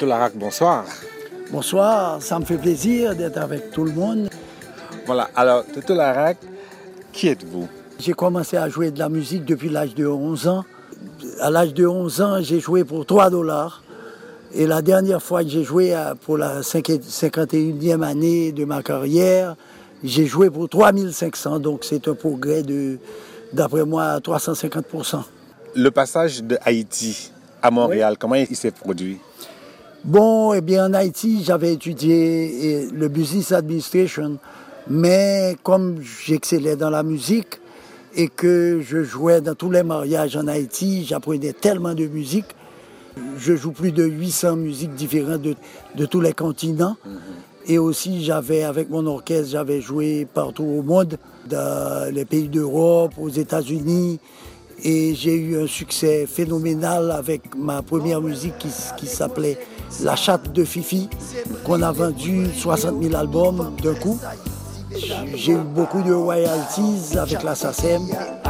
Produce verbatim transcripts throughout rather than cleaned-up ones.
Toto Larac, bonsoir. Bonsoir, ça me fait plaisir d'être avec tout le monde. Voilà, alors Toto Larac, qui êtes-vous? J'ai commencé à jouer de la musique depuis l'âge de onze ans. À l'âge de onze ans, j'ai joué pour trois dollars. Et la dernière fois que j'ai joué pour la cinquante et unième année de ma carrière, j'ai joué pour trois mille cinq cents. Donc c'est un progrès de, d'après moi, trois cent cinquante pour cent. Le passage de Haïti à Montréal, oui. Comment il s'est produit? Bon, eh bien, en Haïti, j'avais étudié le business administration, mais comme j'excellais dans la musique et que je jouais dans tous les mariages en Haïti, j'apprenais tellement de musique. Je joue plus de huit cents musiques différentes de, de tous les continents. Mm-hmm. Et aussi, j'avais, avec mon orchestre, j'avais joué partout au monde, dans les pays d'Europe, aux États-Unis. Et j'ai eu un succès phénoménal avec ma première musique qui, qui s'appelait La Chatte de Fifi, qu'on a vendu soixante mille albums d'un coup. J'ai eu beaucoup de royalties avec la S A C E M.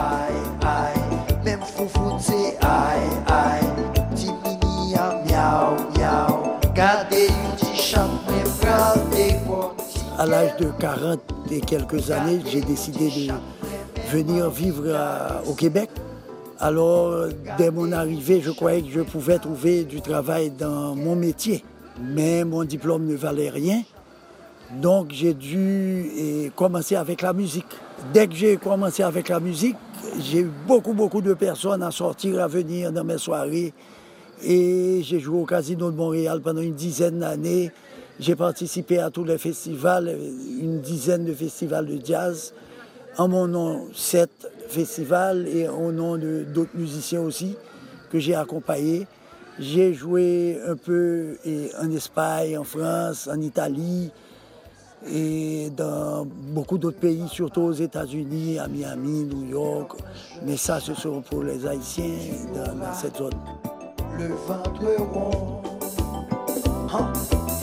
À l'âge de quarante et quelques années, j'ai décidé de venir vivre à, au Québec. Alors, dès mon arrivée, je croyais que je pouvais trouver du travail dans mon métier. Mais mon diplôme ne valait rien. Donc, j'ai dû eh, commencer avec la musique. Dès que j'ai commencé avec la musique, j'ai eu beaucoup, beaucoup de personnes à sortir, à venir dans mes soirées. Et j'ai joué au Casino de Montréal pendant une dizaine d'années. J'ai participé à tous les festivals, une dizaine de festivals de jazz. En mon nom, sept festivals et au nom de, d'autres musiciens aussi que j'ai accompagnés. J'ai joué un peu et en Espagne, en France, en Italie et dans beaucoup d'autres pays, surtout aux États-Unis, à Miami, New York. Mais ça, ce sont pour les Haïtiens dans, dans cette zone. Le ventre rond, hein?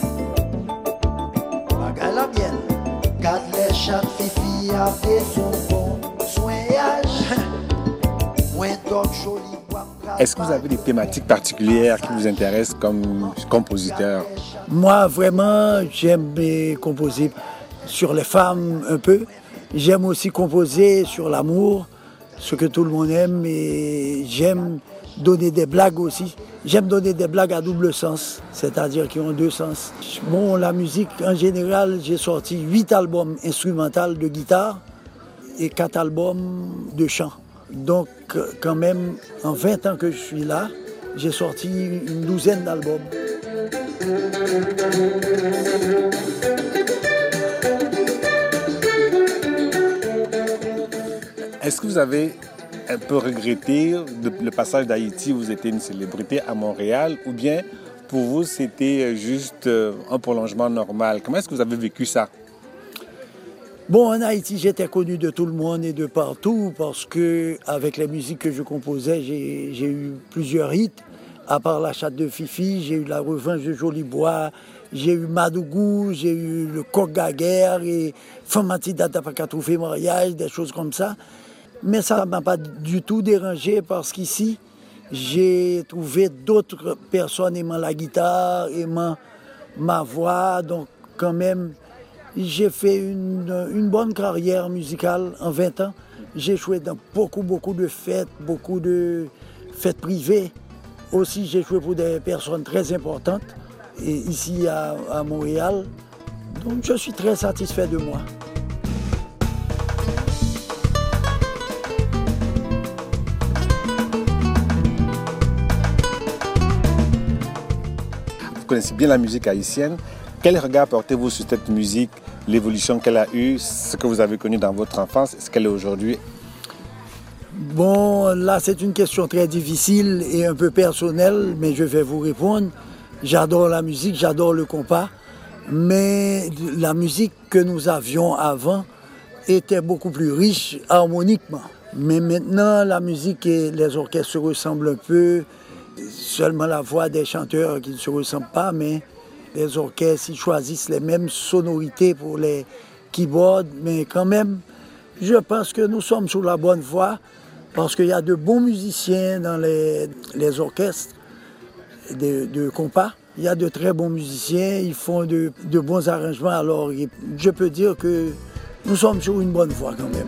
Bagaille la mienne, garde les chats fifi avec son bon soignage. Est-ce que vous avez des thématiques particulières qui vous intéressent comme compositeur? Moi, vraiment, j'aime composer sur les femmes un peu. J'aime aussi composer sur l'amour, ce que tout le monde aime. Et j'aime donner des blagues aussi. J'aime donner des blagues à double sens, c'est-à-dire qui ont deux sens. Bon, la musique, en général, j'ai sorti huit albums instrumentaux de guitare et quatre albums de chant. Donc, quand même, en vingt ans que je suis là, j'ai sorti une douzaine d'albums. Est-ce que vous avez un peu regretté le passage d'Haïti où vous étiez une célébrité à Montréal, ou bien pour vous c'était juste un prolongement normal? Comment est-ce que vous avez vécu ça? Bon, en Haïti, j'étais connu de tout le monde et de partout parce que avec les musiques que je composais, j'ai, j'ai eu plusieurs hits. À part La Chatte de Fifi, j'ai eu La Revanche de Jolibois, j'ai eu Madougou, j'ai eu Le Coq Gaguerre et Famati Data Pakatoufe Mariage, des choses comme ça. Mais ça ne m'a pas du tout dérangé parce qu'ici, j'ai trouvé d'autres personnes aimant la guitare, aimant ma voix. Donc, quand même, j'ai fait une, une bonne carrière musicale en vingt ans. J'ai joué dans beaucoup, beaucoup de fêtes, beaucoup de fêtes privées. Aussi, j'ai joué pour des personnes très importantes et ici à, à Montréal. Donc, je suis très satisfait de moi. Vous connaissez bien la musique haïtienne. Quel regard portez-vous sur cette musique, l'évolution qu'elle a eue, ce que vous avez connu dans votre enfance et ce qu'elle est aujourd'hui? Bon, là, c'est une question très difficile et un peu personnelle, mais je vais vous répondre. J'adore la musique, j'adore le compas, mais la musique que nous avions avant était beaucoup plus riche harmoniquement. Mais maintenant, la musique et les orchestres se ressemblent un peu, seulement la voix des chanteurs qui ne se ressemblent pas, mais les orchestres, ils choisissent les mêmes sonorités pour les keyboards, mais quand même, je pense que nous sommes sur la bonne voie parce qu'il y a de bons musiciens dans les, les orchestres de, de compas. Il y a de très bons musiciens, ils font de, de bons arrangements. Alors, je peux dire que nous sommes sur une bonne voie quand même.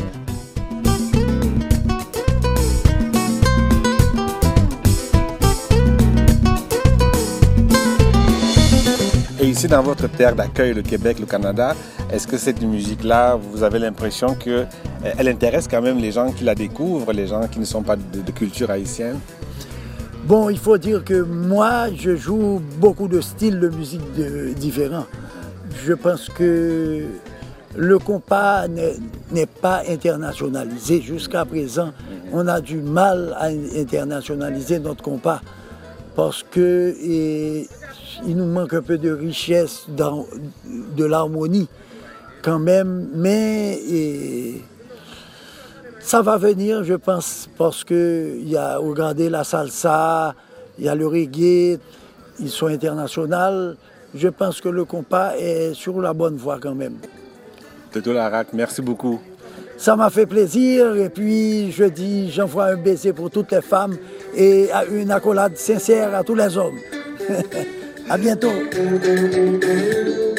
Et ici, dans votre terre d'accueil, le Québec, le Canada, est-ce que cette musique-là, vous avez l'impression qu'elle intéresse quand même les gens qui la découvrent, les gens qui ne sont pas de, de culture haïtienne? Bon, il faut dire que moi, je joue beaucoup de styles de musique de, différents. Je pense que le compas n'est pas internationalisé. Jusqu'à présent, on a du mal à internationaliser notre compas parce que et, il nous manque un peu de richesse dans, de l'harmonie quand même, mais et, ça va venir, je pense, parce qu'il y a, regardez, la salsa, il y a le reggae, ils sont internationaux. Je pense que le compas est sur la bonne voie quand même. Toto Larac, merci beaucoup. Ça m'a fait plaisir et puis je dis, j'envoie un baiser pour toutes les femmes et une accolade sincère à tous les hommes. À bientôt.